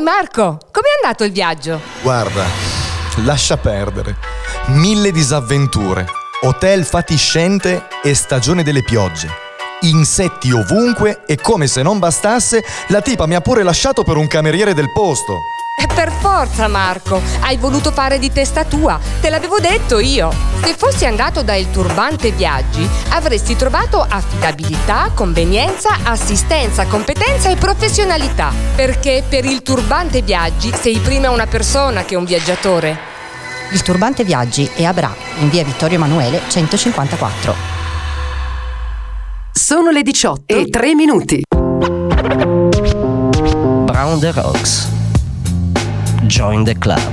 Marco, com'è andato il viaggio? Guarda, lascia perdere. 1000 disavventure, hotel fatiscente e stagione delle piogge. Insetti ovunque e come se non bastasse, la tipa mi ha pure lasciato per un cameriere del posto. Per forza, Marco, hai voluto fare di testa tua, te l'avevo detto io. Se fossi andato da Il Turbante Viaggi, avresti trovato affidabilità, convenienza, assistenza, competenza e professionalità. Perché per Il Turbante Viaggi sei prima una persona che un viaggiatore. Il Turbante Viaggi è a Bra, in via Vittorio Emanuele 154. Sono le 18:03. Brown the Rocks. Join the club.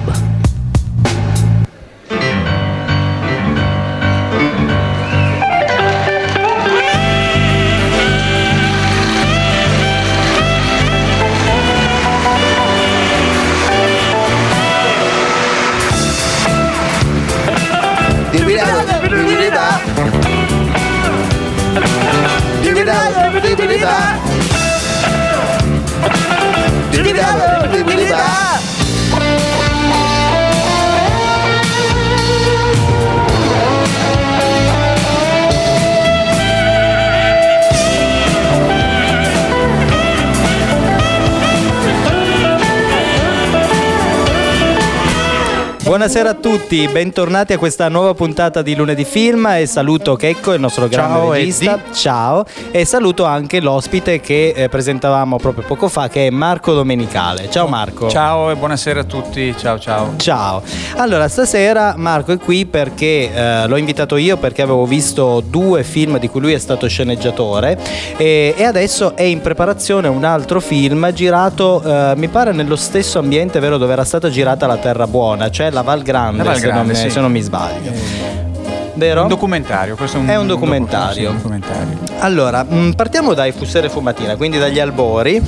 Buonasera a tutti, bentornati a questa nuova puntata di Lunedì Film e saluto Checco, il nostro grande regista. Eddie. Ciao, e saluto anche l'ospite che presentavamo proprio poco fa, che è Marco Domenicale. Ciao Marco. Ciao e buonasera a tutti, ciao. Ciao. Allora, stasera Marco è qui perché l'ho invitato io perché avevo visto 2 film di cui lui è stato sceneggiatore e adesso è in preparazione un altro film girato, mi pare nello stesso ambiente, vero, dove era stata girata La Terra Buona, cioè la Val Grande, se non mi sbaglio. Vero? Un documentario, questo è un documentario. Allora, partiamo dai Fusere Fumatina, quindi dagli albori.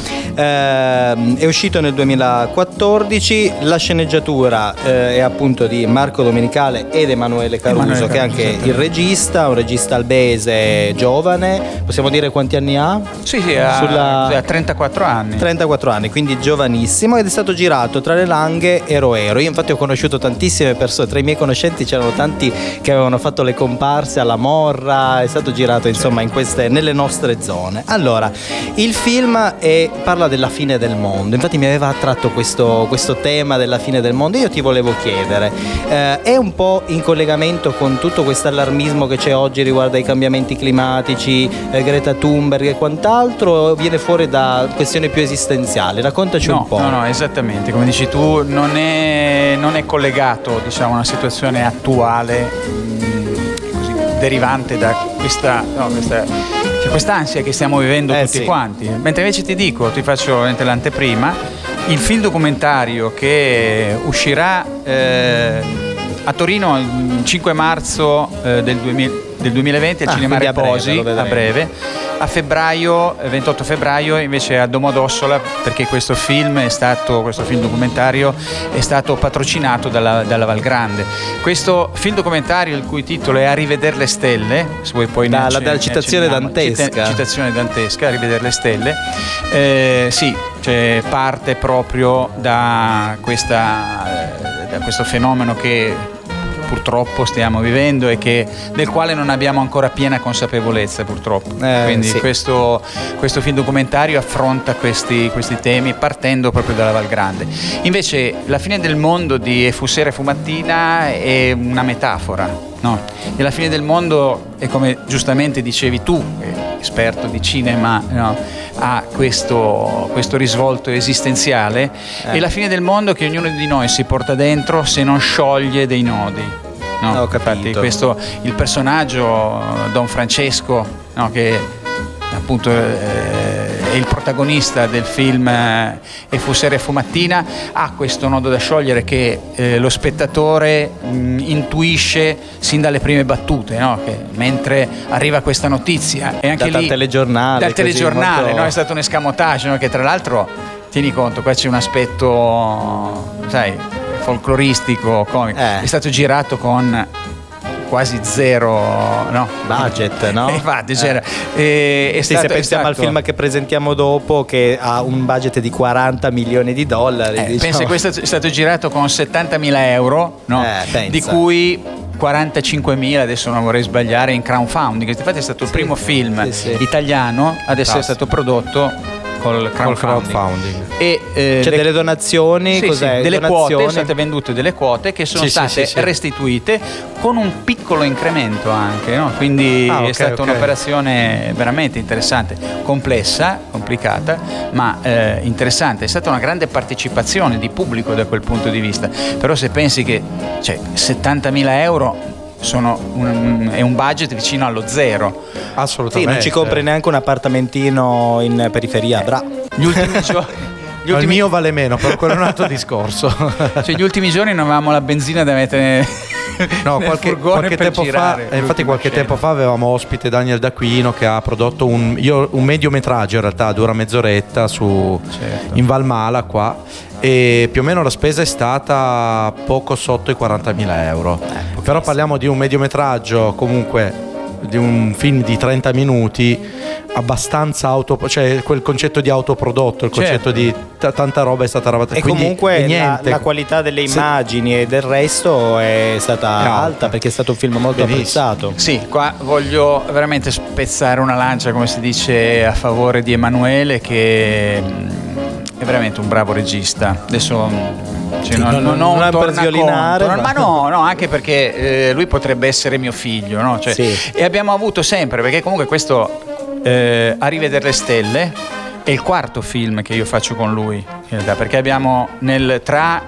È uscito nel 2014, la sceneggiatura è appunto di Marco Domenicale ed Emanuele Caruso, che è anche il regista, un regista albese giovane. Possiamo dire quanti anni ha? Sì, ha 34 anni. 34 anni, quindi giovanissimo, ed è stato girato tra Le Langhe e Roero. Io infatti ho conosciuto tantissime persone, tra i miei conoscenti c'erano tanti che avevano fatto le comparse alla Morra, è stato girato insomma nelle nostre zone. Allora, il film parla della fine del mondo, infatti mi aveva attratto questo tema della fine del mondo. Io ti volevo chiedere, è un po' in collegamento con tutto questo allarmismo che c'è oggi riguardo ai cambiamenti climatici, Greta Thunberg e quant'altro, o viene fuori da questioni più esistenziali? Raccontaci un po'. No, esattamente, come dici tu, non è collegato, diciamo, a una situazione attuale derivante da quest'ansia che stiamo vivendo tutti quanti. Mentre invece ti faccio l'anteprima, il film documentario che uscirà a Torino il 5 marzo del 2020 al Cinema Reposi, a breve. A febbraio, 28 febbraio invece a Domodossola, perché questo film documentario è stato patrocinato dalla Val Grande. Questo film documentario, il cui titolo è A rivedere le stelle, se vuoi poi dalla citazione dantesca. Citazione dantesca, A rivedere le stelle. Parte proprio da questo fenomeno che purtroppo stiamo vivendo e del quale non abbiamo ancora piena consapevolezza, purtroppo. Quindi sì. Questo film documentario affronta questi temi partendo proprio dalla Val Grande. Invece La fine del mondo di E fu sera e fu mattina è una metafora, no? E la fine del mondo è, come giustamente dicevi tu, esperto di cinema, no? Ha questo risvolto esistenziale. E la fine del mondo che ognuno di noi si porta dentro se non scioglie dei nodi. No, ho capito. Infatti il personaggio Don Francesco, no, che appunto è il protagonista del film E fu sera e fu mattina, ha questo nodo da sciogliere che lo spettatore intuisce sin dalle prime battute, no? Che mentre arriva questa notizia e anche dal telegiornale, molto... no? È stato un escamotage, no? Che tra l'altro, tieni conto, qua c'è un aspetto, sai, folcloristico, comico. È stato girato con quasi zero, no? Budget, no? Infatti c'era. Se pensiamo al film che presentiamo dopo, che ha un budget di 40 milioni di dollari. Diciamo. Pensa che questo è stato girato con 70.000 euro, no? Di cui 45.000, adesso non vorrei sbagliare, in crowdfunding. Infatti è stato il primo film italiano ad essere stato prodotto col crowdfunding. E c'è delle donazioni, cos'è? Delle donazioni. quote, sono state vendute delle quote che sono state restituite con un piccolo incremento anche, no? Quindi è stata un'operazione veramente interessante, complessa, complicata, ma interessante. È stata una grande partecipazione di pubblico da quel punto di vista. Però se pensi che 70.000 euro è un budget vicino allo zero. Assolutamente. Sì, non ci compri neanche un appartamentino in periferia. Gli ultimi giorni. Il mio vale meno, però quello è un altro discorso. Gli ultimi giorni non avevamo la benzina da mettere. No, qualche tempo fa, infatti qualche tempo fa avevamo ospite Daniel D'Aquino che ha prodotto un mediometraggio, in realtà dura mezz'oretta in Valmala qua, e più o meno la spesa è stata poco sotto i 40.000 euro. Però parliamo di un mediometraggio, comunque di un film di 30 minuti abbastanza cioè quel concetto di autoprodotto, il concetto di tanta roba è stata lavata. E comunque la qualità delle immagini e del resto è stata alta, perché è stato un film molto apprezzato. Sì, qua voglio veramente spezzare una lancia, come si dice, a favore di Emanuele, che è veramente un bravo regista. Adesso non per sviolinare, ma no, anche perché lui potrebbe essere mio figlio, no? E abbiamo avuto sempre, perché comunque questo A rivedere le stelle è il quarto film che io faccio con lui, in realtà, perché abbiamo tra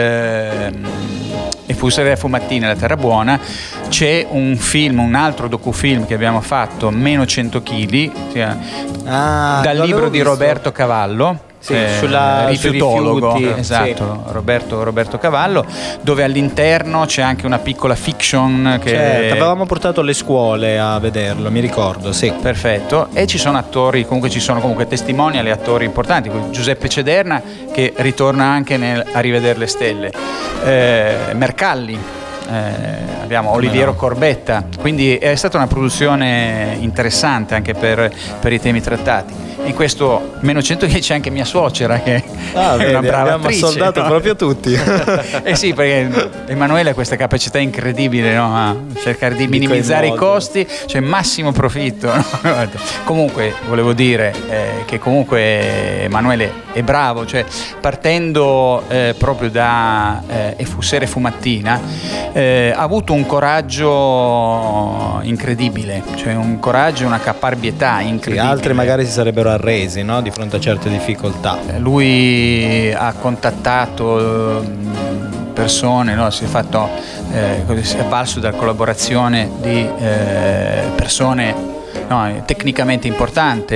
E Fusere Fumattina e La Terra Buona c'è un altro docufilm che abbiamo fatto, Meno 100 kg, dal libro di Roberto Cavallo. Rifiutologo, esatto, Roberto Cavallo, dove all'interno c'è anche una piccola fiction che avevamo portato alle scuole a vederlo, mi ricordo. Perfetto. E ci sono attori, ci sono testimonial e attori importanti, Giuseppe Cederna, che ritorna anche A rivedere le stelle, Mercalli, abbiamo Oliviero Corbetta, quindi è stata una produzione interessante anche per i temi trattati. In questo Meno 100 che c'è anche mia suocera, che è una brava attrice. Abbiamo soldato proprio tutti. Sì, perché Emanuele ha questa capacità incredibile, no? A cercare di minimizzare i costi, massimo profitto, no? Comunque volevo dire che comunque Emanuele è bravo, partendo proprio da E Fusere Fumattina, ha avuto un coraggio incredibile, un coraggio e una caparbietà incredibile. Altri magari si sarebbero arresi, no? Di fronte a certe difficoltà. Lui ha contattato persone, no? Si è fatto si è avvalso dalla collaborazione di persone tecnicamente importanti,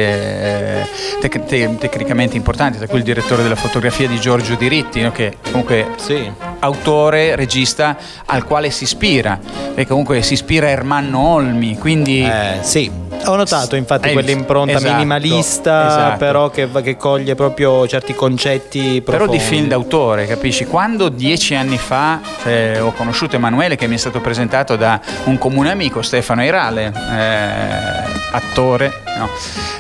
tra cui il direttore della fotografia di Giorgio Diritti, no? Che comunque autore, regista al quale si ispira, e comunque si ispira a Ermanno Olmi, quindi ho notato infatti quell'impronta minimalista, però che coglie proprio certi concetti profondi. Però di film d'autore, capisci? Quando 10 anni fa ho conosciuto Emanuele, che mi è stato presentato da un comune amico, Stefano Irale, attore, no?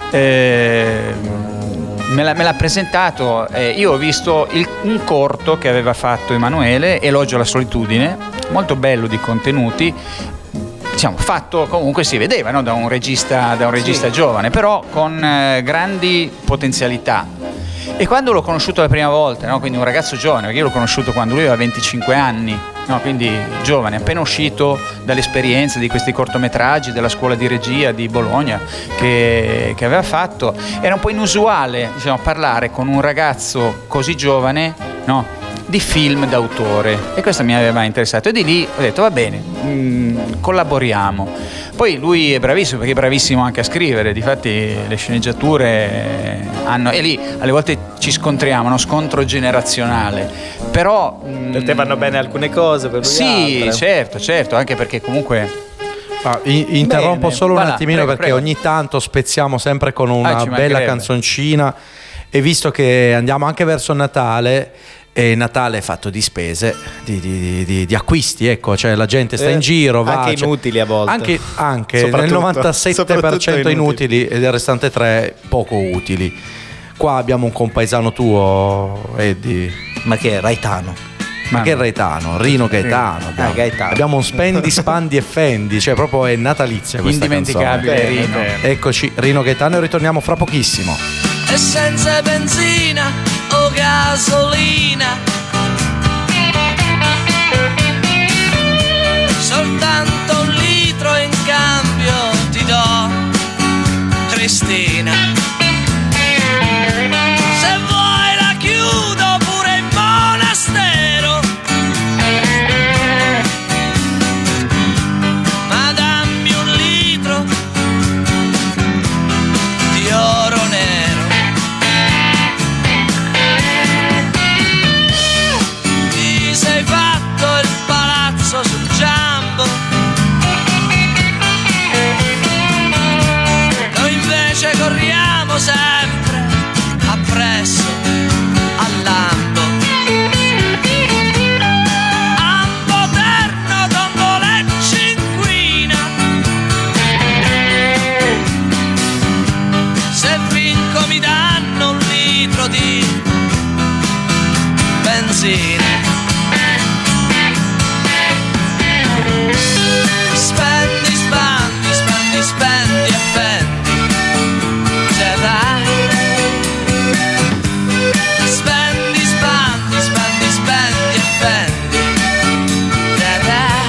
Me l'ha presentato, io ho visto un corto che aveva fatto Emanuele, Elogio alla solitudine, molto bello di contenuti, fatto comunque si vedeva, no? da un regista giovane, però con grandi potenzialità. E quando l'ho conosciuto la prima volta, no? Quindi un ragazzo giovane, perché io l'ho conosciuto quando lui aveva 25 anni, no? Quindi giovane, appena uscito dall'esperienza di questi cortometraggi della scuola di regia di Bologna che aveva fatto, era un po' inusuale, parlare con un ragazzo così giovane, no? Di film d'autore, e questo mi aveva interessato, e di lì ho detto va bene, collaboriamo. Poi lui è bravissimo, perché è bravissimo anche a scrivere, difatti le sceneggiature hanno, e lì alle volte ci scontriamo, uno scontro generazionale, però per te vanno bene alcune cose, per lui altre. certo, anche perché comunque interrompo solo un attimino, perché ogni tanto spezziamo sempre con una bella canzoncina, e visto che andiamo anche verso Natale, E Natale è fatto di spese, di acquisti, ecco, cioè la gente sta in giro, va, anche inutili a volte. Anche nel 97% inutili e del restante 3 poco utili. Qua abbiamo un compaesano tuo, Eddie. Ma che è Gaetano? Ma che Gaetano? Rino Gaetano. Gaetano. Abbiamo un spendi, spandi e fendi, cioè proprio è natalizia questa indimenticabile canzone. Rino. Eccoci, Rino Gaetano, e ritorniamo fra pochissimo. E senza benzina o gasolina, soltanto un litro in cambio ti do, Cristina. Se vuoi la chiudo pure in monastero, ma dammi un litro di oro nero. Ti sei fatto il palazzo sul Giambo, noi invece corriamo sempre appresso al lampo. Ambo terno, tombole cinquina, se vinco mi danno un litro di benzina. Spendi, spandi, spandi, spendi e fendi, se vai. Spendi, spandi, spandi, spendi e fendi, se vai.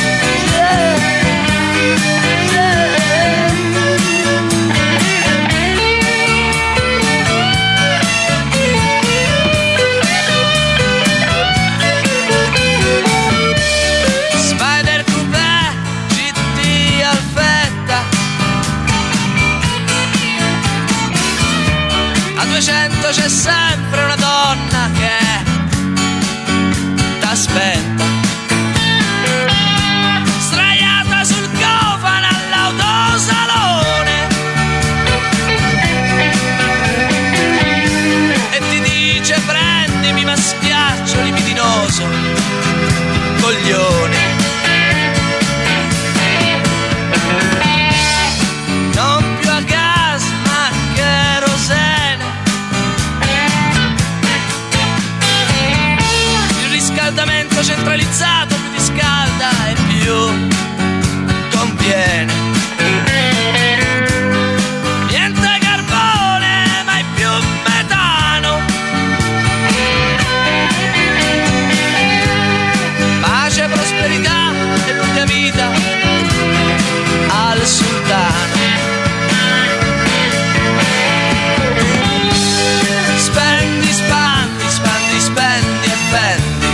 200 c'è sempre una donna che t'aspetta, sdraiata sul cofano all'autosalone, e ti dice prendimi ma schiaccio libidinoso coglione. Non più a gas ma kerosene, il riscaldamento centralizzato più ti scalda e più conviene. Niente carbone mai più metano, pace, prosperità e lunga vita al sultano. Spendi, spandi, spandi, spendi e fendi,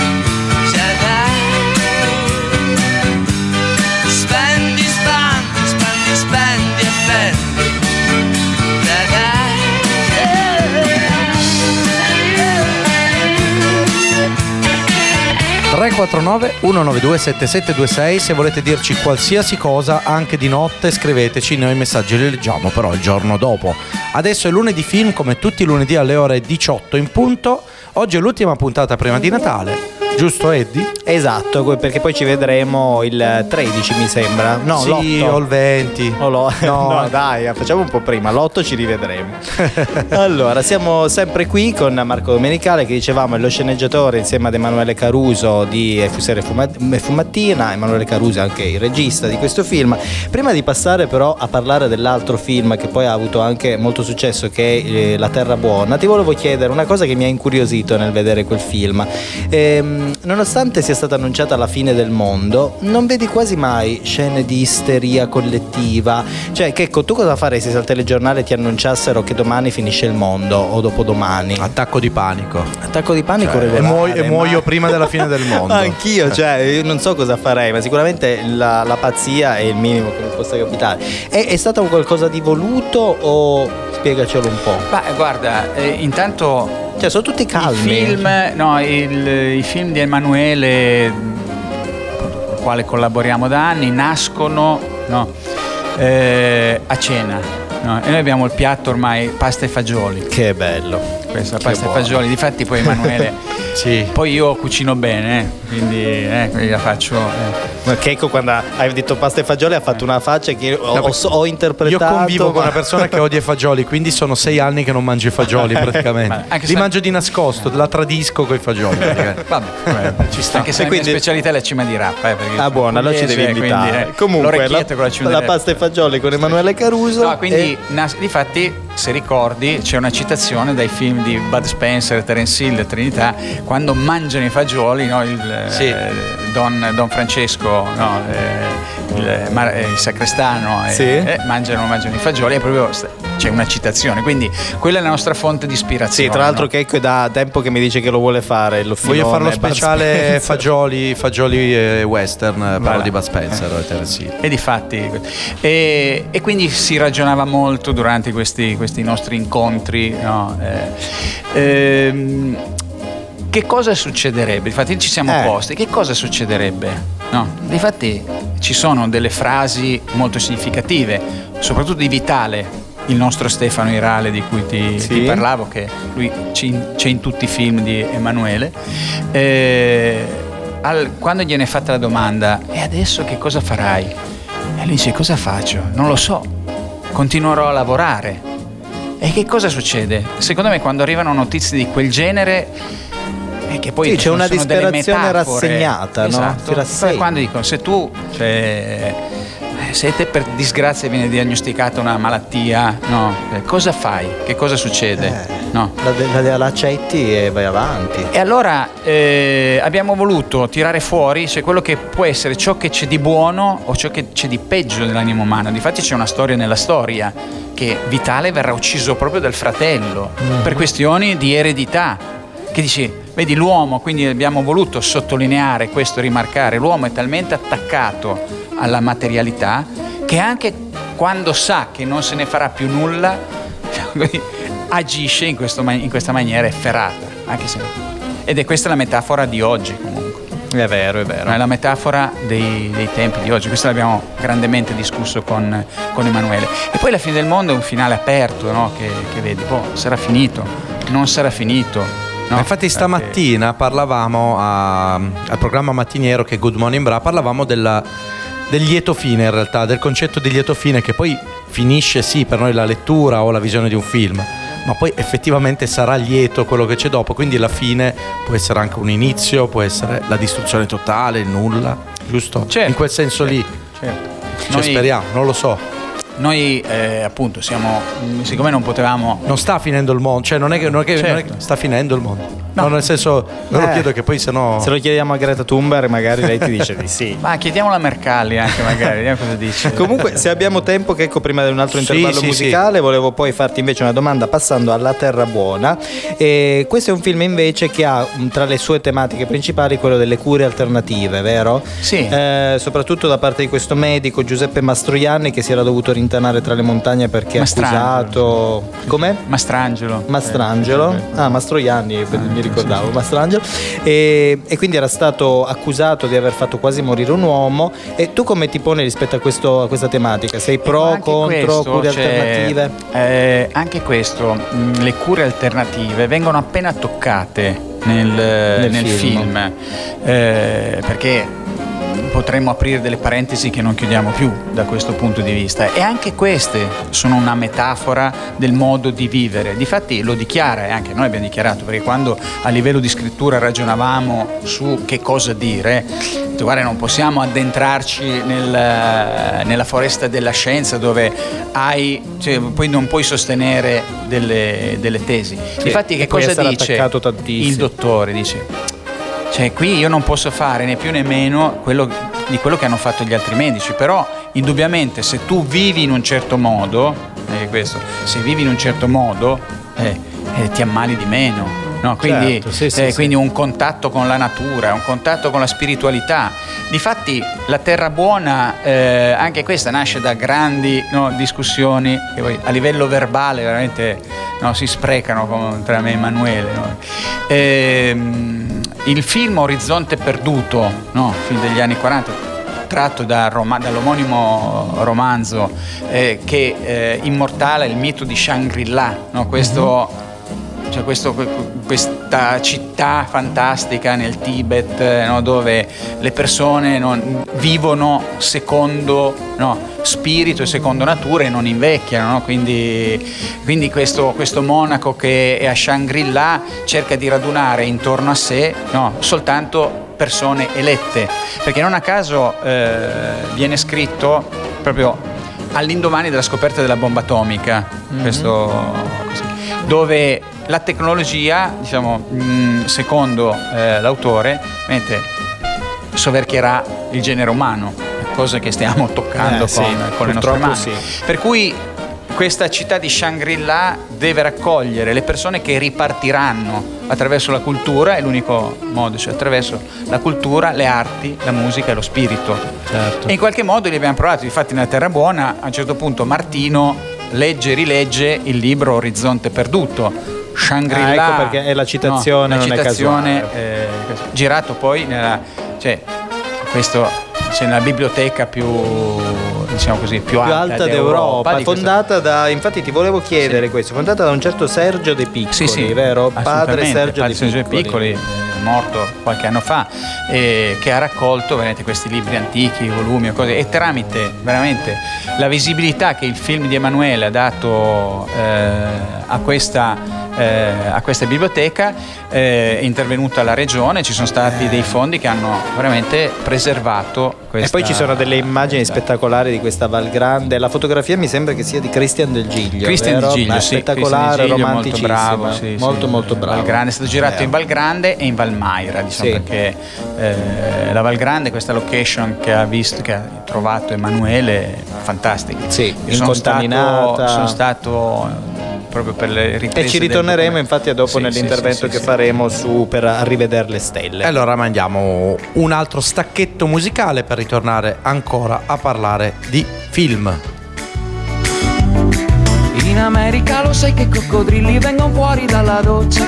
spendi, spandi, spandi, spendi e fendi, 349 192 7726. Se volete dirci qualsiasi cosa anche di notte scriveteci, noi i messaggi li leggiamo però il giorno dopo. Adesso è lunedì film, come tutti i lunedì alle ore 18 in punto. Oggi è l'ultima puntata prima di Natale, giusto Eddie? Esatto, perché poi ci vedremo il 13 mi sembra. No, sì, l'8 o il 20 no, dai, facciamo un po' prima, l'8 ci rivedremo. Allora, siamo sempre qui con Marco Domenicale, che dicevamo è lo sceneggiatore insieme ad Emanuele Caruso di Fusere e Fumattina. Emanuele Caruso è anche il regista di questo film. Prima di passare però a parlare dell'altro film che poi ha avuto anche molto successo, che è La Terra Buona, ti volevo chiedere una cosa che mi ha incuriosito nel vedere quel film. Nonostante sia stata annunciata la fine del mondo, non vedi quasi mai scene di isteria collettiva. Cioè, che tu cosa faresti se al telegiornale ti annunciassero che domani finisce il mondo o dopodomani? Attacco di panico. Attacco di panico, cioè, regolare, e muoio prima della fine del mondo. Anch'io, cioè, io non so cosa farei, ma sicuramente la pazzia è il minimo che mi possa capitare. È stato qualcosa di voluto o spiegacelo un po'? Beh, guarda, intanto cioè sono tutti calmi. I film di Emanuele, con il quale collaboriamo da anni, nascono a cena. No? E noi abbiamo il piatto ormai pasta e fagioli. Che bello. Questa pasta e fagioli. Difatti poi Emanuele Sì. Poi io cucino bene, quindi la faccio. Checo, quando hai detto pasta e fagioli, ha fatto una faccia che ho interpretato. Io convivo con una persona che odia i fagioli, quindi sono 6 anni che non mangio i fagioli praticamente. Li mangio di nascosto, la tradisco con i fagioli. Vabbè, ci sta. Anche se quindi... la mia specialità è la cima di rappa. Buona, allora ci devi invitare. Comunque la pasta e fagioli con Emanuele Caruso. No, quindi difatti, se ricordi, c'è una citazione dai film di Bud Spencer, Terence Hill, Trinità, quando mangiano i fagioli, no? Don Francesco, no? Il sacrestano, mangiano i fagioli, e proprio c'è una citazione, quindi quella è la nostra fonte di ispirazione. Sì, tra l'altro Checo è da tempo che mi dice che lo vuole fare. Voglio fare lo speciale fagioli western, parlo di Bud Spencer e Terence Hill. E difatti e quindi si ragionava molto durante questi nostri incontri, no? Che cosa succederebbe? Infatti ci siamo posti, che cosa succederebbe? No, difatti ci sono delle frasi molto significative, soprattutto di Vitale, il nostro Stefano Irale di cui ti parlavo, che lui c'è in tutti i film di Emanuele. Quando gliene è fatta la domanda, e adesso che cosa farai? E lui dice, cosa faccio? Non lo so, continuerò a lavorare. E che cosa succede? Secondo me quando arrivano notizie di quel genere, che poi c'è una disperazione rassegnata, esatto, no? Quando dicono, se te per disgrazia viene diagnosticata una malattia, no? Cosa fai? Che cosa succede? No? L'accetti e vai avanti. E allora abbiamo voluto tirare fuori quello che può essere ciò che c'è di buono o ciò che c'è di peggio nell'animo umano. Difatti c'è una storia nella storia che Vitale verrà ucciso proprio dal fratello per questioni di eredità, che dici, vedi, l'uomo, quindi abbiamo voluto sottolineare questo, rimarcare, l'uomo è talmente attaccato alla materialità che anche quando sa che non se ne farà più nulla agisce in questa maniera efferata, anche se... ed è questa la metafora di oggi, comunque. È vero. È la metafora dei tempi di oggi. Questo l'abbiamo grandemente discusso con Emanuele. E poi la fine del mondo è un finale aperto, no? Che vedi, sarà finito, non sarà finito. No, infatti stamattina parlavamo al programma mattiniero che è Good Morning Bra, parlavamo del lieto fine, in realtà, del concetto di lieto fine, che poi finisce per noi la lettura o la visione di un film, ma poi effettivamente sarà lieto quello che c'è dopo, quindi la fine può essere anche un inizio, può essere la distruzione totale, il nulla, giusto? Certo, in quel senso lì. Certo. Speriamo, non lo so. Noi appunto siccome non potevamo... Non sta finendo il mondo, non è che sta finendo il mondo. No, nel senso, non lo chiedo, che poi se no... Se lo chiediamo a Greta Thunberg magari lei ti dice di sì. Ma chiediamolo a Mercalli anche, magari, vediamo cosa dice. Comunque, se abbiamo tempo, che prima di un altro intervallo musicale, volevo poi farti invece una domanda passando alla Terra Buona. E questo è un film invece che ha tra le sue tematiche principali quello delle cure alternative, vero? Sì. Soprattutto da parte di questo medico Giuseppe Mastroianni, che si era dovuto rintanare tra le montagne perché è accusato... Com'è? Mastrangelo. Mastroianni, mi ricordavo, Mastrangelo. E quindi era stato accusato di aver fatto quasi morire un uomo. E tu come ti poni rispetto a questa tematica? Sei pro, contro, cure alternative? Anche questo, le cure alternative vengono appena toccate nel film. Perché potremmo aprire delle parentesi che non chiudiamo più da questo punto di vista, e anche queste sono una metafora del modo di vivere. Difatti lo dichiara, e anche noi abbiamo dichiarato, perché quando a livello di scrittura ragionavamo su che cosa dire, guarda, non possiamo addentrarci nella foresta della scienza dove poi non puoi sostenere delle tesi. Difatti che cosa dice il dottore? Dice, qui io non posso fare né più né meno di quello che hanno fatto gli altri medici, però indubbiamente se tu vivi in un certo modo, ti ammali di meno, no? Quindi, quindi un contatto con la natura, un contatto con la spiritualità. Difatti la Terra Buona, anche questa nasce da grandi discussioni che poi a livello verbale veramente si sprecano tra me e Emanuele. Il film Orizzonte Perduto, film degli anni 40, tratto dall'omonimo romanzo che immortala il mito di Shangri-La, questo cioè questa città fantastica nel Tibet, no, dove le persone vivono secondo spirito e secondo natura e non invecchiano, no? Quindi questo monaco che è a Shangri-La cerca di radunare intorno a sé soltanto persone elette, perché non a caso viene scritto proprio all'indomani della scoperta della bomba atomica, dove la tecnologia, secondo l'autore, soverchierà il genere umano, cosa che stiamo toccando con le nostre mani. Sì. Per cui questa città di Shangri-La deve raccogliere le persone che ripartiranno attraverso la cultura, è l'unico modo, cioè attraverso la cultura, le arti, la musica e lo spirito. Certo. E in qualche modo li abbiamo provato. Infatti nella Terra Buona a un certo punto Martino legge e rilegge il libro Orizzonte Perduto. Shangri-La, ecco perché è la citazione, non è casuale. Girato poi nella biblioteca più alta d'Europa, fondata infatti ti volevo chiedere questo, fondata da un certo Sergio De Piccoli, vero? Padre Sergio De Piccoli, morto qualche anno fa, che ha raccolto veramente questi libri antichi, volumi o cose, e tramite veramente la visibilità che il film di Emanuele ha dato a questa biblioteca, è intervenuta la regione, ci sono stati dei fondi che hanno veramente preservato questa. E poi ci sono delle immagini spettacolari di questa Val Grande, la fotografia mi sembra che sia di Cristian Del Giglio, spettacolare, romanticissima, molto bravo. Val Grande è stato girato in Val Grande e in Val Maira, perché la Val Grande, questa location che ha trovato Emanuele, fantastica. Sì, incontaminata. Sono stato proprio per le riprese. E ci ritorneremo infatti dopo nell'intervento che faremo per a rivedere le stelle. Allora mandiamo un altro stacchetto musicale per ritornare ancora a parlare di film. In America lo sai che i coccodrilli vengono fuori dalla doccia,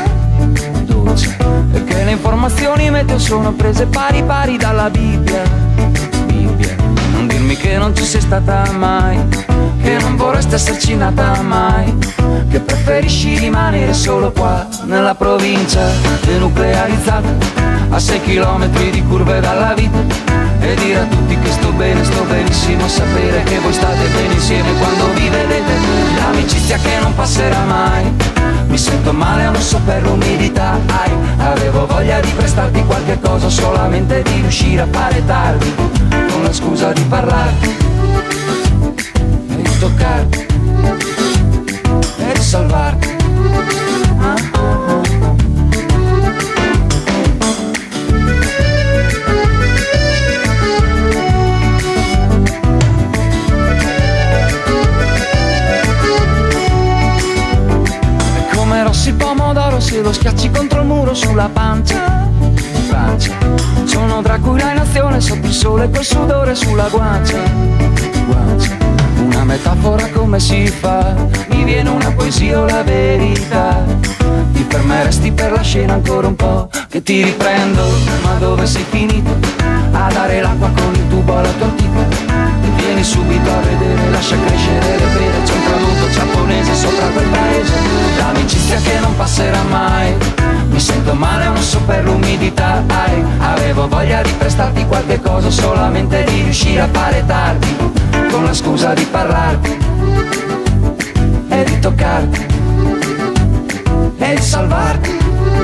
e che le informazioni meteo sono prese pari dalla Bibbia. Non dirmi che non ci sei stata mai, che non vorresti esserci nata mai, che preferisci rimanere solo qua nella provincia denuclearizzata, a 6 chilometri di curve dalla vita, e dire a tutti che sto benissimo, sapere che voi state bene insieme quando vi vedete, l'amicizia che non passerà mai. Mi sento male, non so per l'umidità, avevo voglia di prestarti qualche cosa, solamente di riuscire a fare tardi, con la scusa di parlarti e di toccarti e di salvarti. È come rossi pomodoro se lo schiacci contro il muro sulla pancia. Sono Dracula in azione sotto il sole col sudore sulla guancia. Una metafora come si fa, mi viene una poesia o la verità. Ti fermeresti per la scena ancora un po', che ti riprendo, ma dove sei finito? A dare l'acqua con il tubo alla tua antica. E vieni subito a vedere, lascia crescere le pere, c'è un tramonto giapponese sopra quel paese. L'amicizia che non passerà mai, mi sento male, non so per l'umidità, avevo voglia di prestarti qualche cosa, solamente di riuscire a fare tardi, con la scusa di parlarti e di toccarti e di salvarti.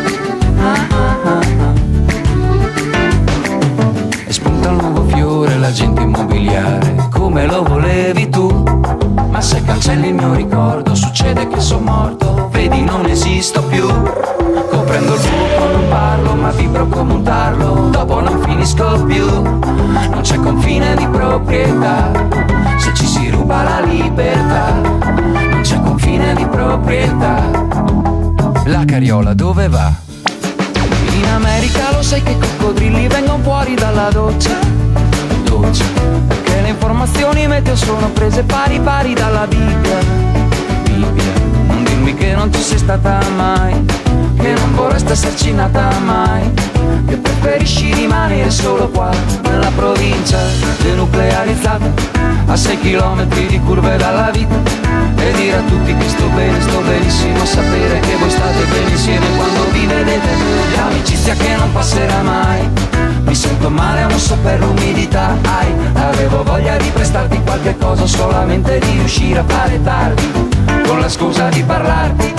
E spunta un nuovo fiore, l'agente immobiliare, come lo volevi tu, ma se cancelli il mio ricordo succede che sono morto, vedi non esisto più. Coprendo il buco non parlo, ma vibro come un tarlo, dopo non finisco più. Non c'è confine di proprietà, se ci si ruba la libertà. Non c'è confine di proprietà. La carriola dove va? In America lo sai che i coccodrilli vengono fuori dalla doccia, che le informazioni meteo sono prese pari dalla Bibbia. Non dirmi che non ci sei stata mai, che non vorresti esserci nata mai, che preferisci rimanere solo qua nella provincia denuclearizzata, a 6 chilometri di curve dalla vita, piace dire a tutti che sto bene, sto benissimo a sapere che voi state bene insieme quando vi vedete. L'amicizia che non passerà mai, mi sento male, non so per l'umidità. Avevo voglia di prestarti qualche cosa, solamente di riuscire a fare tardi, con la scusa di parlarti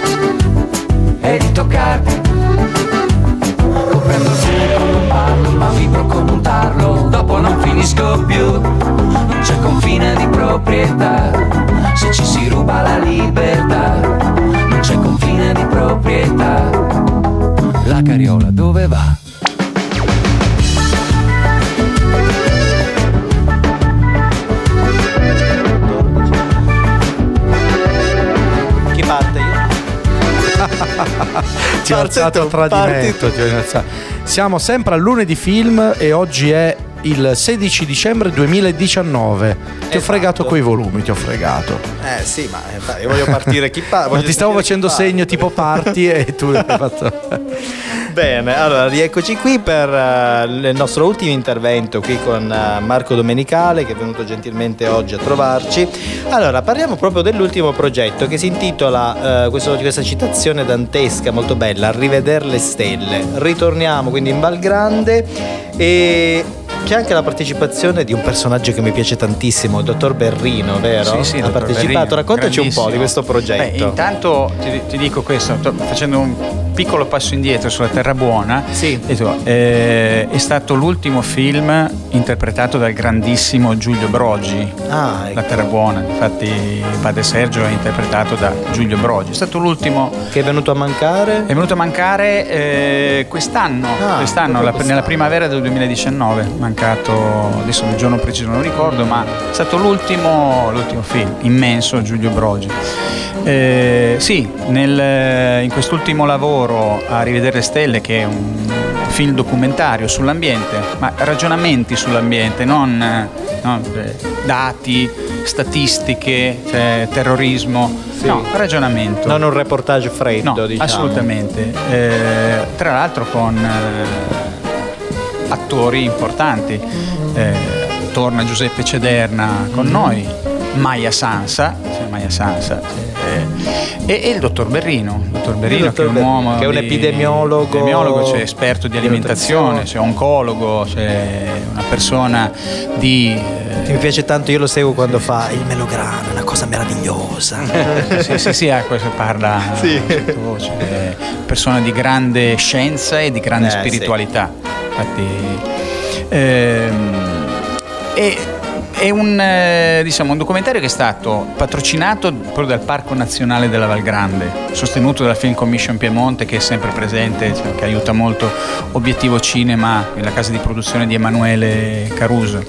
e di toccarti. Prendo il fumo come un parlo, ma vibro come un tarlo. Dopo non finisco più, non c'è confine di proprietà. Se ci si ruba la libertà, non c'è confine di proprietà. La carriola dove va? Chi parte? Io? Ti ho alzato il tradimento. Siamo sempre al Lunedì Film e oggi è il 16 dicembre 2019. Ti ho fregato coi volumi, ti ho fregato. Sì, ma io voglio partire. Ma ti stavo facendo segno tipo parti e tu hai fatto. Bene, allora rieccoci qui per il nostro ultimo intervento qui con Marco Domenicale, che è venuto gentilmente oggi a trovarci. Allora, parliamo proprio dell'ultimo progetto che si intitola questa citazione dantesca molto bella, Rivedere le stelle. Ritorniamo quindi in Val Grande e c'è anche la partecipazione di un personaggio che mi piace tantissimo, il dottor Berrino, vero? Sì, ha partecipato. Raccontaci un po' di questo progetto. Intanto ti dico questo, facendo un piccolo passo indietro sulla Terra Buona. Sì. È stato l'ultimo film interpretato dal grandissimo Giulio Brogi. Ecco. La Terra Buona, infatti Padre Sergio è interpretato da Giulio Brogi. È stato l'ultimo che è venuto a mancare. È venuto a mancare quest'anno, nella primavera del 2019. Mancato, adesso il giorno preciso non ricordo, ma è stato l'ultimo film immenso, Giulio Brogi. Sì, in quest'ultimo lavoro a Rivedere le stelle, che è un film documentario sull'ambiente, ma ragionamenti sull'ambiente, non dati, statistiche, terrorismo. Sì. No, ragionamento. Non un reportage freddo, no, diciamo. Assolutamente. Tra l'altro con attori importanti. Torna Giuseppe Cederna con noi, Maya Sansa e il dottor Berrino. Che è un uomo che è un epidemiologo, cioè esperto di alimentazione, cioè oncologo, cioè una persona di mi piace tanto, io lo seguo quando fa il melograno, è una cosa meravigliosa. sì, questo parla voce, persona di grande scienza e di grande spiritualità. Infatti è un documentario che è stato patrocinato proprio dal Parco Nazionale della Val Grande, sostenuto dalla Film Commission Piemonte, che è sempre presente, che aiuta molto Obiettivo Cinema, la casa di produzione di Emanuele Caruso.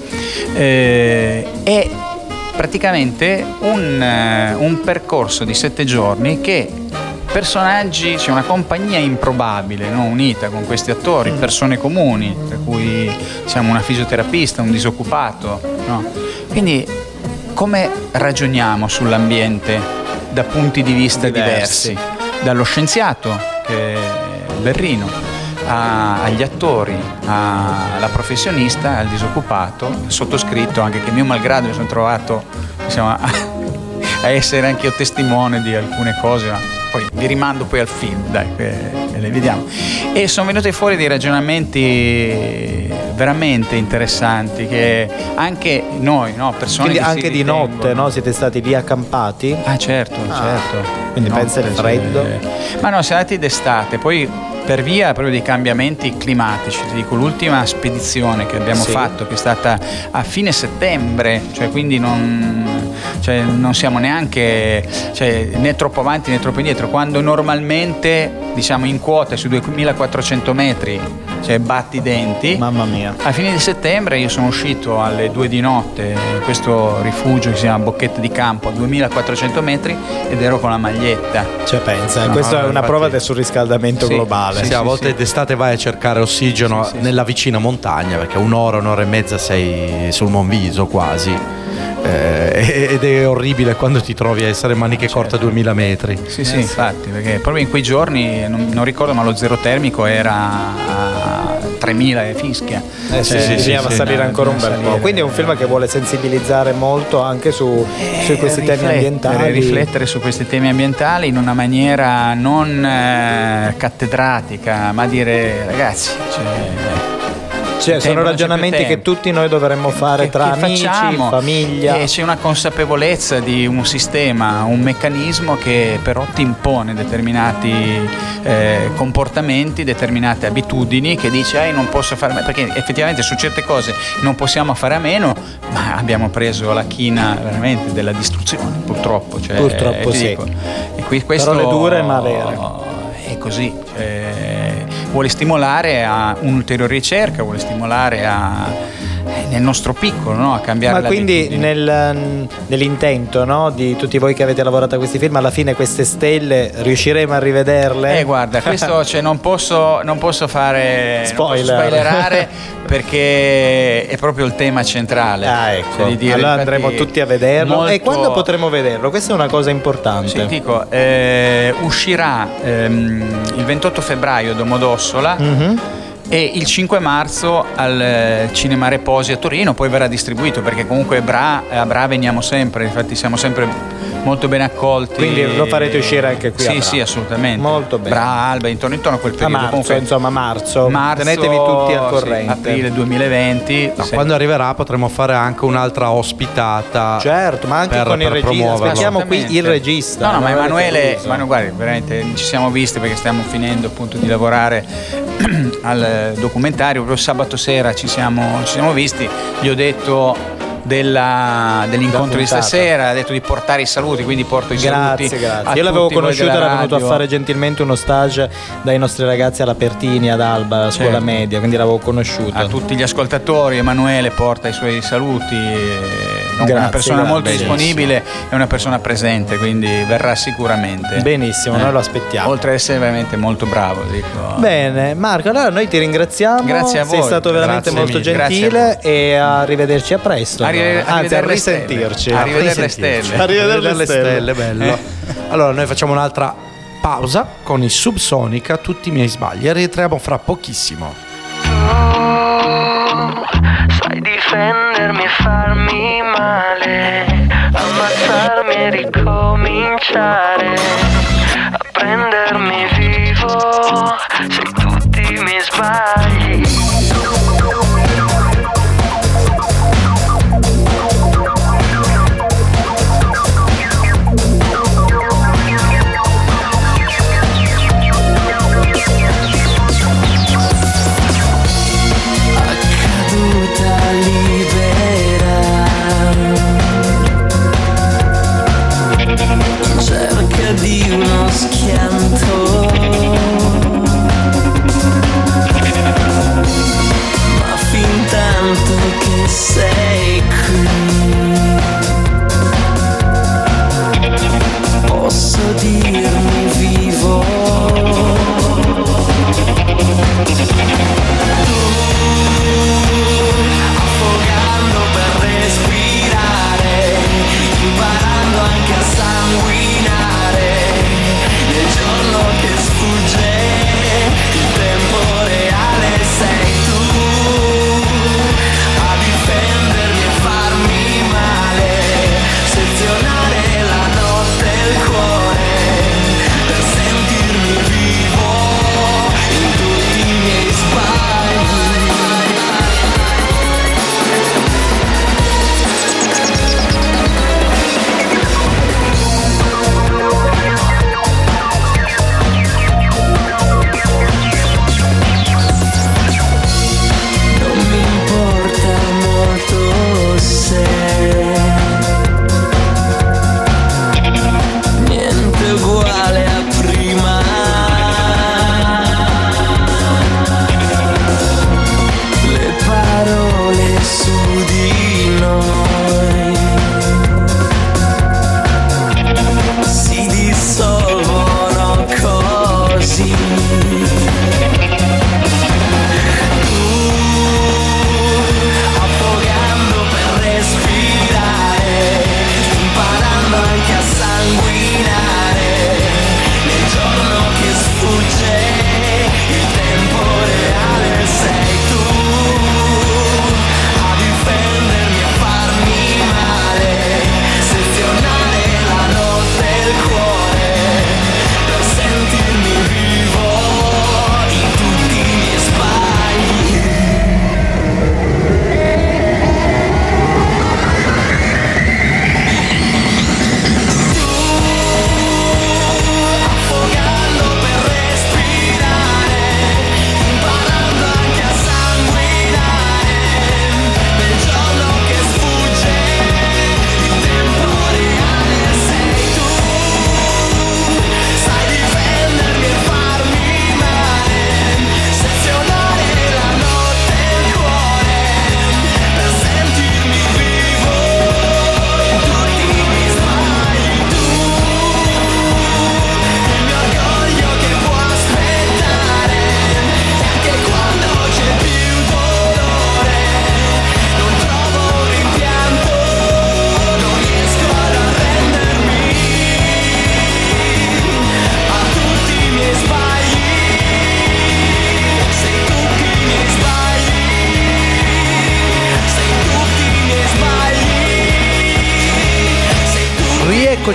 È praticamente un percorso di 7 giorni che personaggi, c'è una compagnia improbabile, no? Unita con questi attori, persone comuni, tra cui siamo una fisioterapista, un disoccupato, no? Quindi come ragioniamo sull'ambiente da punti di vista diversi? Dallo scienziato, che è Berrino, agli attori, alla professionista, al disoccupato, al sottoscritto, anche che mio malgrado mi sono trovato a essere anche io testimone di alcune cose, ma poi vi rimando poi al film, dai, le vediamo. E sono venuti fuori dei ragionamenti veramente interessanti, che anche noi, no, persone. Quindi che anche di notte, no? Siete stati lì accampati? Certo. Quindi pensa il freddo. Ma no, siamo andati d'estate, poi per via proprio dei cambiamenti climatici. Ti dico, l'ultima spedizione che abbiamo fatto, che è stata a fine settembre, cioè quindi non siamo neanche né troppo avanti né troppo indietro, quando normalmente, diciamo, in quota sui 2400 metri, cioè batti i denti. Mamma mia. A fine di settembre io sono uscito alle 2 di notte in questo rifugio che si chiama Bocchetta di Campo a 2400 metri ed ero con la maglietta. Cioè pensa, questa è una prova del surriscaldamento globale. A volte d'estate vai a cercare ossigeno nella vicina montagna, perché un'ora e mezza sei sul Monviso quasi. Ed è orribile quando ti trovi a essere maniche corte a 2000 metri. Sì, infatti, perché proprio in quei giorni, non ricordo, ma lo zero termico era 3000 e fischia. Bisognava salire ancora un bel po'. Quindi è un film che vuole sensibilizzare molto anche su questi temi ambientali. Riflettere su questi temi ambientali in una maniera non cattedratica, ma dire ragazzi, sono ragionamenti che tutti noi dovremmo fare tra amici, famiglia. E c'è una consapevolezza di un sistema, un meccanismo che però ti impone determinati comportamenti, determinate abitudini, che dice non posso fare, perché effettivamente su certe cose non possiamo fare a meno, ma abbiamo preso la china veramente della distruzione, purtroppo. Purtroppo sì. E questo parole dure ma vere. È così, vuole stimolare a un'ulteriore ricerca, vuole stimolare nel nostro piccolo, no? A cambiare. Ma quindi nell'intento, no? Di tutti voi che avete lavorato a questi film, alla fine queste stelle riusciremo a rivederle? Guarda, questo non posso fare spoilerare perché è proprio il tema centrale. Ecco. Di dire, allora andremo tutti a vederlo. E quando potremo vederlo? Questa è una cosa importante. Sì, dico, uscirà il 28 febbraio a Domodossola. Mm-hmm. E il 5 marzo al Cinema Reposi a Torino, poi verrà distribuito, perché comunque a Bra veniamo sempre, infatti siamo sempre molto ben accolti. Quindi lo farete uscire anche qui a Bra? Sì, assolutamente. Molto bene. Bra, Alba, intorno a quel periodo. Marzo. Tenetevi tutti al corrente. Aprile 2020. Quando arriverà potremo fare anche un'altra ospitata. Certo, ma anche con il regista. Aspettiamo qui il regista. No, ma Emanuele, guarda, veramente ci siamo visti perché stiamo finendo appunto di lavorare al documentario. Proprio sabato sera ci siamo visti, gli ho detto dell'incontro di stasera, ha detto di portare i saluti, quindi porto i saluti. Grazie. Io l'avevo conosciuta, era venuto a fare gentilmente uno stage dai nostri ragazzi alla Pertini ad Alba, alla scuola media, quindi l'avevo conosciuta. A tutti gli ascoltatori Emanuele porta i suoi saluti, è una persona molto disponibile e una persona presente, quindi verrà sicuramente. Benissimo, noi lo aspettiamo. Oltre ad essere veramente molto bravo, dico. Bene, Marco, allora noi ti ringraziamo. Grazie a voi. Sei stato veramente molto gentile e arrivederci a presto. Anzi, a risentirci. A rivedere le stelle. A rivedere le stelle, bello. Allora noi facciamo un'altra pausa con i Subsonica, Tutti i miei sbagli, e rientriamo fra pochissimo. Sai difendermi e farmi male, ammazzarmi e ricominciare, a prendermi vivo, sei tutti i miei sbagli. Cerca di uno schianto, ma fin tanto che sei qui, posso dirmi vivo. Affogando per respirare, imparando anche a sanguinare, nel giorno che sfugge, il tempo reale sei tu, a difendermi e farmi male, sezionare la notte e il cuore, per sentirmi vivo in tutti i miei sbagli.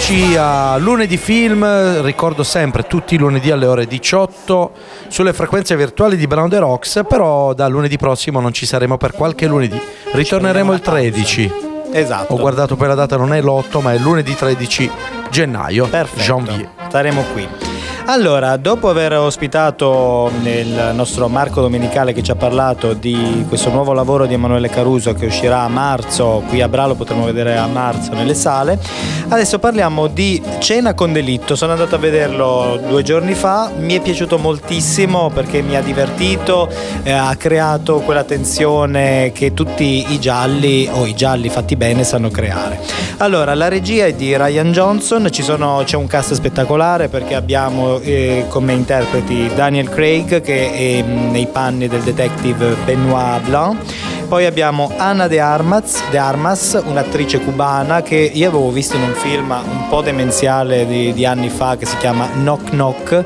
Eccoci a Lunedì Film, ricordo sempre tutti i lunedì alle ore 18 sulle frequenze virtuali di Brown the Rocks, però da lunedì prossimo non ci saremo per qualche lunedì, ritorneremo il 13. Esatto. Ho guardato poi la data, non è l'8 ma è lunedì 13 gennaio. Perfetto. Janvier. Staremo qui. Allora, dopo aver ospitato il nostro Marco Domenicale che ci ha parlato di questo nuovo lavoro di Emanuele Caruso che uscirà a marzo, qui a Bra lo potremo vedere a marzo nelle sale, adesso parliamo di Cena con delitto. Sono andato a vederlo 2 giorni fa, mi è piaciuto moltissimo perché mi ha divertito, ha creato quella tensione che tutti i gialli o i gialli fatti bene sanno creare. Allora, la regia è di Ryan Johnson, c'è un cast spettacolare perché abbiamo come interpreti Daniel Craig che è nei panni del detective Benoit Blanc. Poi abbiamo Ana de Armas, un'attrice cubana che io avevo visto in un film un po' demenziale di anni fa che si chiama Knock Knock,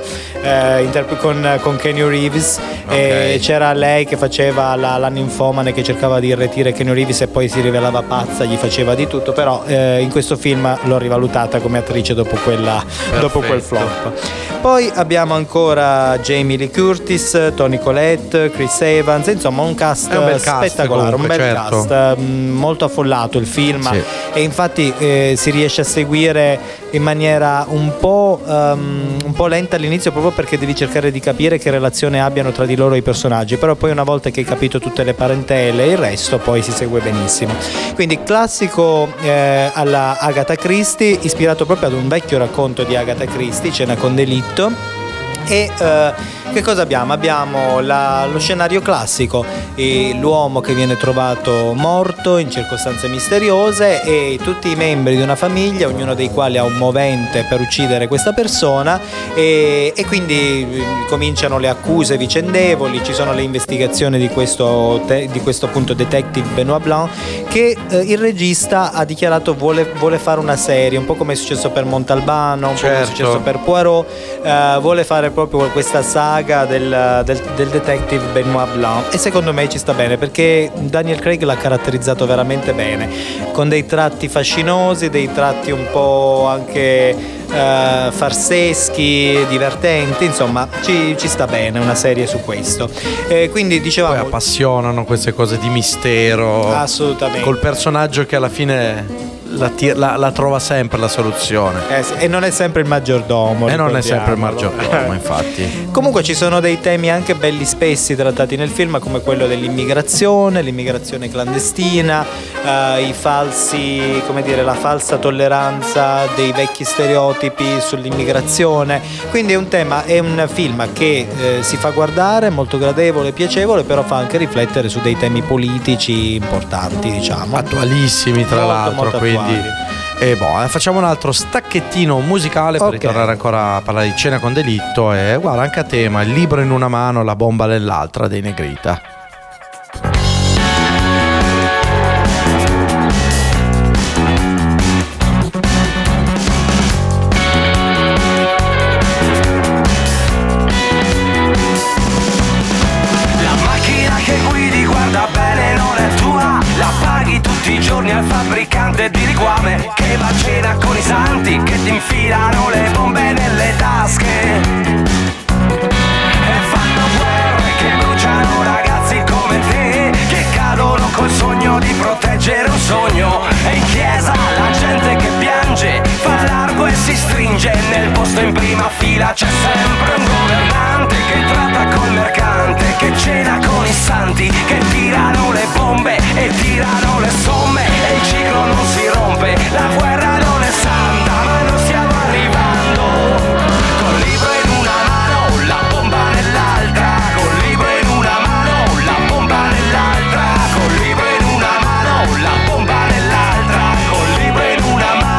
con Keanu Reeves. Okay. E c'era lei che faceva la ninfomane che cercava di irretire Keanu Reeves e poi si rivelava pazza, gli faceva di tutto, però in questo film l'ho rivalutata come attrice dopo quel flop. Poi abbiamo ancora Jamie Lee Curtis, Toni Collette, Chris Evans, insomma un cast spettacolare, un bel cast, molto affollato il film, sì. E infatti si riesce a seguire in maniera un po' lenta all'inizio proprio perché devi cercare di capire che relazione abbiano tra di loro i personaggi, però poi una volta che hai capito tutte le parentele e il resto poi si segue benissimo. Quindi classico alla Agatha Christie, ispirato proprio ad un vecchio racconto di Agatha Christie, Cena con delitto. E che cosa abbiamo? Abbiamo lo scenario classico, l'uomo che viene trovato morto in circostanze misteriose e tutti i membri di una famiglia, ognuno dei quali ha un movente per uccidere questa persona e quindi cominciano le accuse vicendevoli, ci sono le investigazioni di questo appunto detective Benoit Blanc che il regista ha dichiarato vuole fare una serie, un po' come è successo per Montalbano, un po' come è successo per Poirot, vuole fare proprio questa saga del detective Benoit Blanc e secondo me ci sta bene perché Daniel Craig l'ha caratterizzato veramente bene, con dei tratti fascinosi, dei tratti un po' anche farseschi, divertenti, insomma ci sta bene una serie su questo. Quindi dicevamo, poi appassionano queste cose di mistero, assolutamente, col personaggio che alla fine la trova sempre la soluzione, sì, e non è sempre il maggiordomo, infatti. Comunque ci sono dei temi anche belli spessi trattati nel film, come quello dell'immigrazione clandestina, la falsa tolleranza dei vecchi stereotipi sull'immigrazione. Quindi è un film che si fa guardare, molto gradevole, piacevole, però fa anche riflettere su dei temi politici importanti, diciamo, attualissimi tra l'altro, molto quindi facciamo un altro stacchettino musicale per ritornare ancora a parlare di Cena con delitto e guarda anche a tema, il libro in una mano, la bomba nell'altra dei Negrita. Al fabbricante di liquame che va a cena con i santi che ti infilano le bombe nelle tasche e fanno guerre che bruciano ragazzi come te che cadono col sogno di proteggere un sogno e in chiesa la gente che piange fa largo e si stringe nel posto in prima fila c'è sempre un governante che tratta col mercante che cena con i santi che tirano le bombe e tirano le somme e il ciclo non si rompe, la guerra non è santa ma non stiamo arrivando. Col libro in una mano, la bomba nell'altra, col libro in una mano, la bomba nell'altra, col libro in una mano, la bomba nell'altra, col libro in una mano.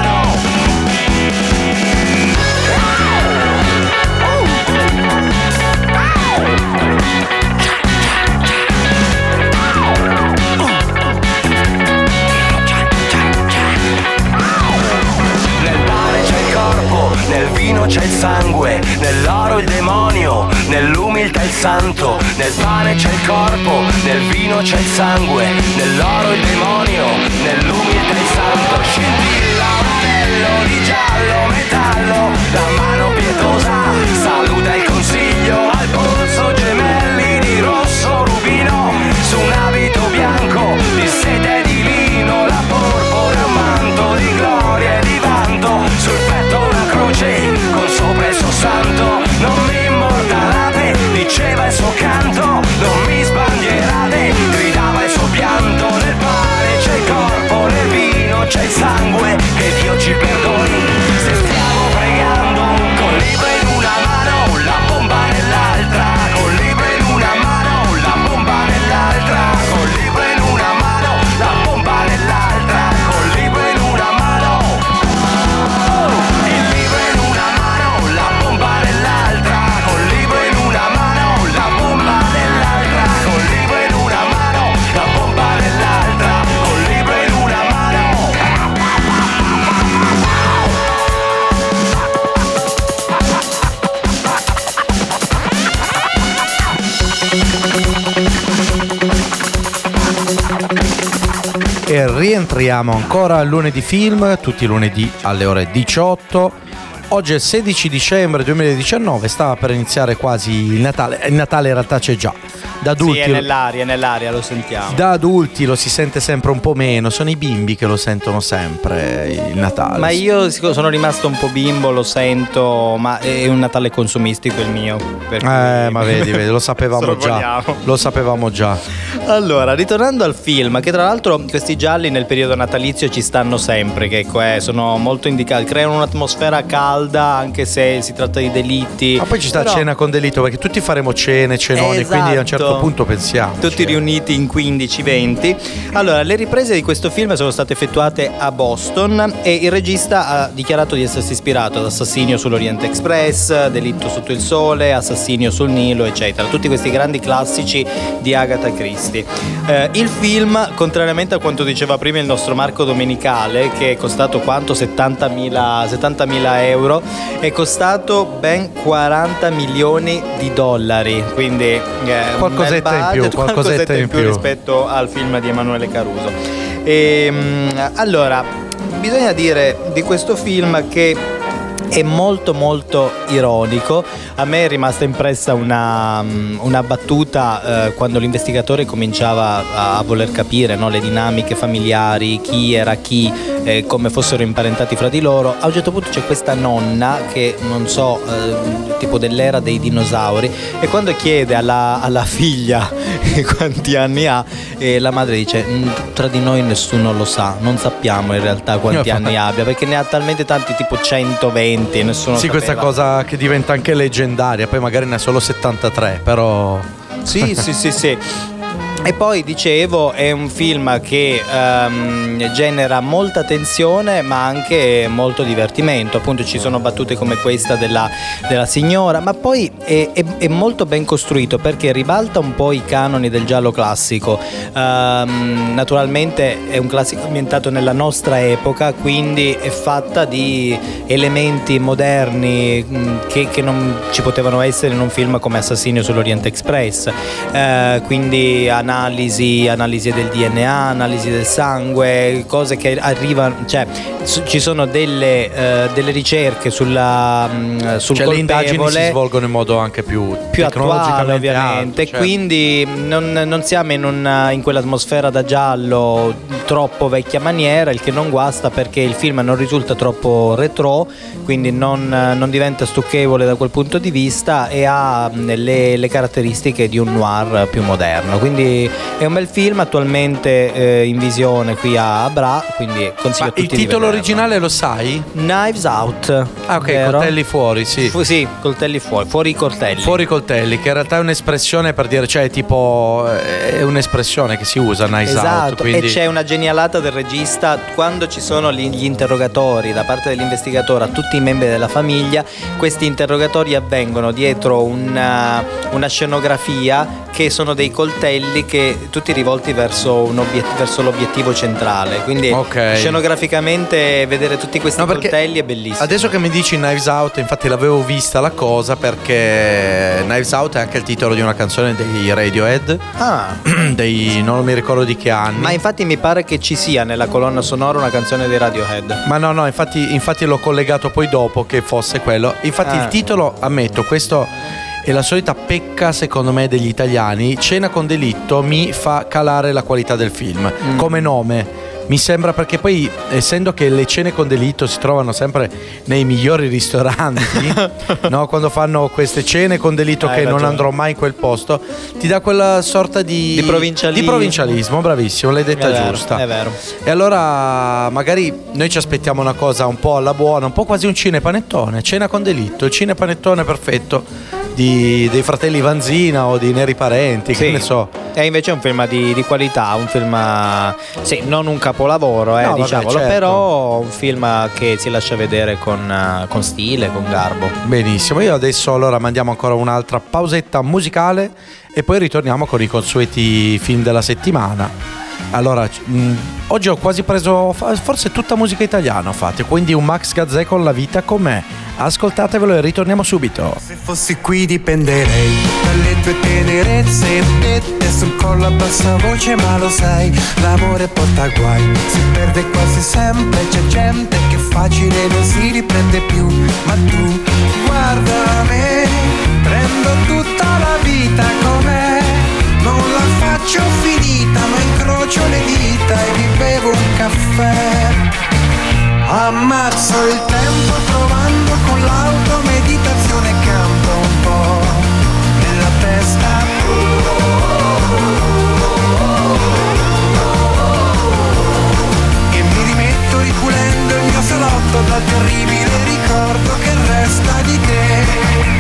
Nel vino c'è il sangue, nell'oro il demonio, nell'umiltà il santo, nel pane c'è il corpo, nel vino c'è il sangue, nell'oro il demonio, nell'umiltà il santo, scintilla anello di giallo metallo, la mano pietosa saluta il consiglio, al polso gemelli di rosso rubino, su un abito bianco di sete di lino, la porpora un manto di gloria e di vanto, sul petto una croce con sopra il suo santo. Non mi immortalate, diceva il suo canto, non mi sbandierate, gridava il suo pianto. Nel pane c'è il corpo, nel vino c'è il sangue, che Dio ci perdoni se stiamo pregando. Col libro in una mano, la bomba nell'altra, col libro in una mano, la bomba nell'altra, col libro in una mano, la bomba nell'altra, col libro in una mano, il libro in una mano, la bomba nell'altra, col libro in una mano, la bomba nell'altra, col libro in una mano, la bomba nell'altra, col libro in una mano. E rientriamo ancora al Lunedì Film, tutti i lunedì alle ore 18. Oggi è il 16 dicembre 2019, stava per iniziare quasi il Natale. Il Natale in realtà c'è già. Da adulti, sì, è nell'aria, lo sentiamo. Da adulti lo si sente sempre un po' meno, sono i bimbi che lo sentono sempre il Natale. Ma io sono rimasto un po' bimbo, lo sento, ma è un Natale consumistico il mio. Ma vedi, lo sapevamo già. Lo sapevamo già. Allora, ritornando al film, che tra l'altro questi gialli nel periodo natalizio ci stanno sempre, che sono molto indicati, creano un'atmosfera calda anche se si tratta di delitti. Ma poi ci sta cena con delitto, perché tutti faremo cenoni, esatto. Quindi a un certo punto pensiamo. Tutti riuniti in 15-20. Allora, le riprese di questo film sono state effettuate a Boston e il regista ha dichiarato di essersi ispirato ad Assassinio sull'Oriente Express, Delitto sotto il sole, Assassinio sul Nilo, eccetera. Tutti questi grandi classici di Agatha Christie. Il film, contrariamente a quanto diceva prima il nostro Marco Domenicale, che è costato quanto? 70.000 euro, è costato ben 40 milioni di dollari, quindi qualcosetta in più rispetto al film di Emanuele Caruso. Allora, bisogna dire di questo film che è molto molto ironico. A me è rimasta impressa una battuta quando l'investigatore cominciava a voler capire, no, le dinamiche familiari, chi era chi, come fossero imparentati fra di loro. A un certo punto c'è questa nonna che non so, tipo dell'era dei dinosauri, e quando chiede alla figlia quanti anni ha, la madre dice: tra di noi nessuno lo sa, non sappiamo in realtà quanti anni abbia, perché ne ha talmente tanti, tipo 120. Nessuno sapeva. Questa cosa che diventa anche leggendaria, poi magari ne ha solo 73, però sì. E poi dicevo, è un film che genera molta tensione ma anche molto divertimento. Appunto ci sono battute come questa della signora, ma poi è molto ben costruito perché ribalta un po' i canoni del giallo classico. Naturalmente è un classico ambientato nella nostra epoca, quindi è fatta di elementi moderni che non ci potevano essere in un film come Assassinio sull'Oriente Express, quindi analisi del DNA, analisi del sangue, cose che arrivano, cioè ci sono delle ricerche sul colpevole. Le indagini si svolgono in modo anche più attuale, ovviamente, certo. Quindi non siamo in quell'atmosfera da giallo troppo vecchia maniera, il che non guasta perché il film non risulta troppo retro, quindi non diventa stucchevole da quel punto di vista e ha le caratteristiche di un noir più moderno. Quindi è un bel film, attualmente in visione qui a Bra, quindi consiglio a tutti. Il titolo originale lo sai? Knives Out. Ah, ok, vero? Coltelli fuori, sì. Sì, coltelli fuori i coltelli. Fuori i coltelli, che in realtà è un'espressione per dire, cioè tipo è un'espressione che si usa, Knives Out. Quindi... E c'è una genialata del regista quando ci sono gli interrogatori da parte dell'investigatore a tutti i membri della famiglia. Questi interrogatori avvengono dietro una scenografia che che sono dei coltelli che tutti rivolti verso l'obiettivo centrale, quindi scenograficamente vedere tutti questi coltelli è bellissimo. Adesso che mi dici Knives Out, infatti l'avevo vista la cosa, perché Knives Out è anche il titolo di una canzone dei Radiohead, non mi ricordo di che anni, ma infatti mi pare che ci sia nella colonna sonora una canzone dei Radiohead. Ma no, infatti l'ho collegato poi dopo che fosse quello. Infatti il titolo, ammetto, questo è la solita pecca secondo me degli italiani. Cena con delitto mi fa calare la qualità del film come nome. Mi sembra, perché poi, essendo che le cene con delitto si trovano sempre nei migliori ristoranti, no? Quando fanno queste cene con delitto che non andrò mai in quel posto, ti dà quella sorta di provincialismo, bravissimo, l'hai detta giusta. È vero. E allora magari noi ci aspettiamo una cosa un po' alla buona, un po' quasi un cinepanettone, cena con delitto, il cinepanettone perfetto dei fratelli Vanzina o di Neri Parenti, che ne so. E invece è un film di qualità, un film non un capolavoro, diciamolo, certo. Però un film che si lascia vedere con stile, con garbo. Benissimo, io adesso allora mandiamo ancora un'altra pausetta musicale e poi ritorniamo con i consueti film della settimana. Allora, oggi ho quasi preso forse tutta musica italiana, fate, quindi un Max Gazzè con La vita com'è. Ascoltatevelo e ritorniamo subito. Se fossi qui dipenderei dalle tue tenerezze dette sul collo a bassa voce, ma lo sai, l'amore porta guai, si perde quasi sempre, c'è gente che facile non si riprende più, ma tu guarda me, prendo tutta la vita com'è, non la faccio finita, ma incrocio le dita e mi bevo un caffè. Ammazzo il tempo provando con l'automeditazione, canto un po' nella testa. E mi rimetto ripulendo il mio salotto dal terribile ricordo che resta di te.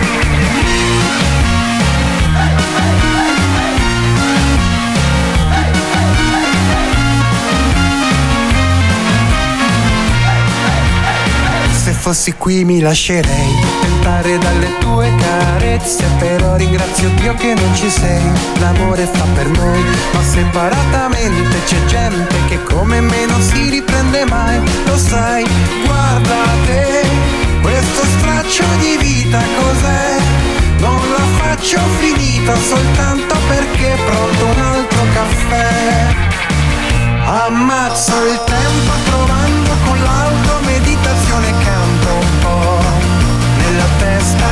Se fossi qui mi lascerei tentare dalle tue carezze, però ringrazio Dio che non ci sei. L'amore fa per noi, ma separatamente c'è gente che come me non si riprende mai. Lo sai, guarda te, questo straccio di vita cos'è? Non la faccio finita soltanto perché è pronto un altro caffè. Ammazzo il tempo provando con l'automeditazione, canto un po' nella testa.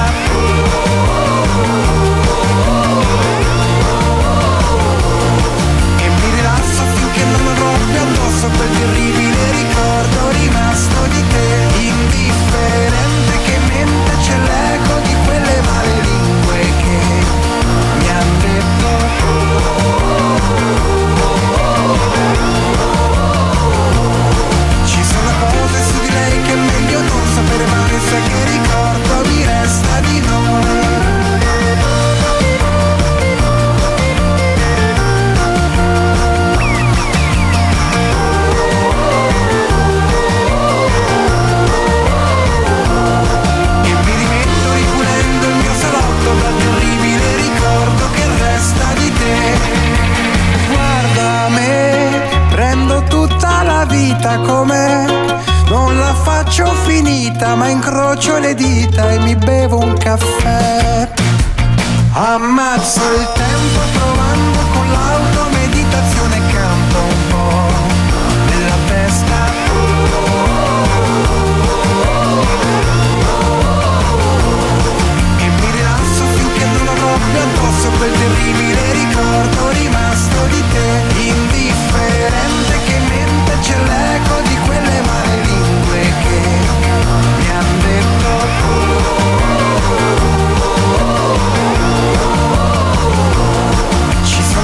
E mi rilasso finché non avrò più addosso quel terribile ricordo rimasto di te. Indifferente che in mente c'è l'eco di quelle male lingue che mi han detto. Ci sono cose su di lei che è meglio non sapere, ma ne sa che ricordo mi resta di noi. E mi rimetto ripulendo il mio salotto dal terribile ricordo che resta di te. Guarda me, prendo tutta la vita com'è, non la faccio finita, ma incrocio le dita e mi bevo un caffè. Ammazzo il tempo provando con l'automeditazione, canto un po' nella testa. E mi rilasso finché non avrò più addosso quel terribile ricordo rimasto di te. Indifferente che in mente c'è l'eco di quelle male lingue che mi han detto. Ci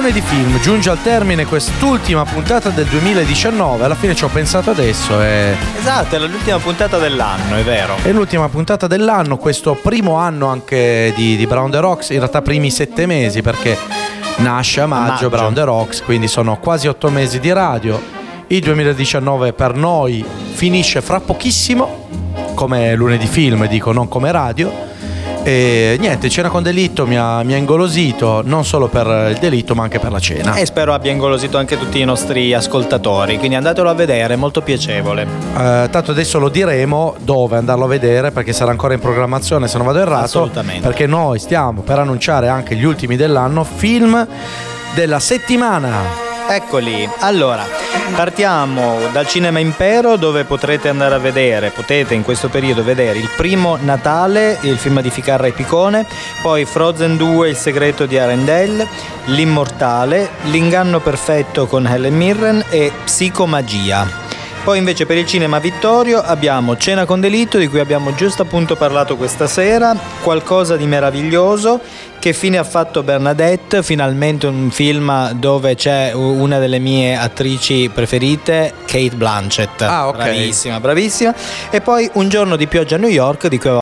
Lunedì Film giunge al termine quest'ultima puntata del 2019. Alla fine ci ho pensato adesso. Esatto, è l'ultima puntata dell'anno, è vero. È l'ultima puntata dell'anno, questo primo anno anche di Brown the Rocks, in realtà primi 7 mesi perché nasce a maggio. Brown the Rocks, quindi sono quasi 8 mesi di radio. Il 2019 per noi finisce fra pochissimo, come Lunedì Film, dico, non come radio. E niente, Cena con Delitto mi ha ingolosito non solo per il delitto ma anche per la cena, e spero abbia ingolosito anche tutti i nostri ascoltatori, quindi andatelo a vedere, è molto piacevole. Tanto adesso lo diremo dove andarlo a vedere, perché sarà ancora in programmazione se non vado errato. Assolutamente. Perché noi stiamo per annunciare anche gli ultimi dell'anno, film della settimana. Eccoli, allora partiamo dal Cinema Impero, dove potete in questo periodo vedere il primo Natale, il film di Ficarra e Picone, poi Frozen 2, Il segreto di Arendelle, L'Immortale, L'inganno perfetto con Helen Mirren e Psicomagia. Poi invece per il Cinema Vittorio abbiamo Cena con Delitto, di cui abbiamo giusto appunto parlato questa sera, Qualcosa di meraviglioso, Che fine ha fatto Bernadette, finalmente un film dove c'è una delle mie attrici preferite, Kate Blanchett. Ah, ok. Bravissima. E poi Un giorno di pioggia a New York, di cui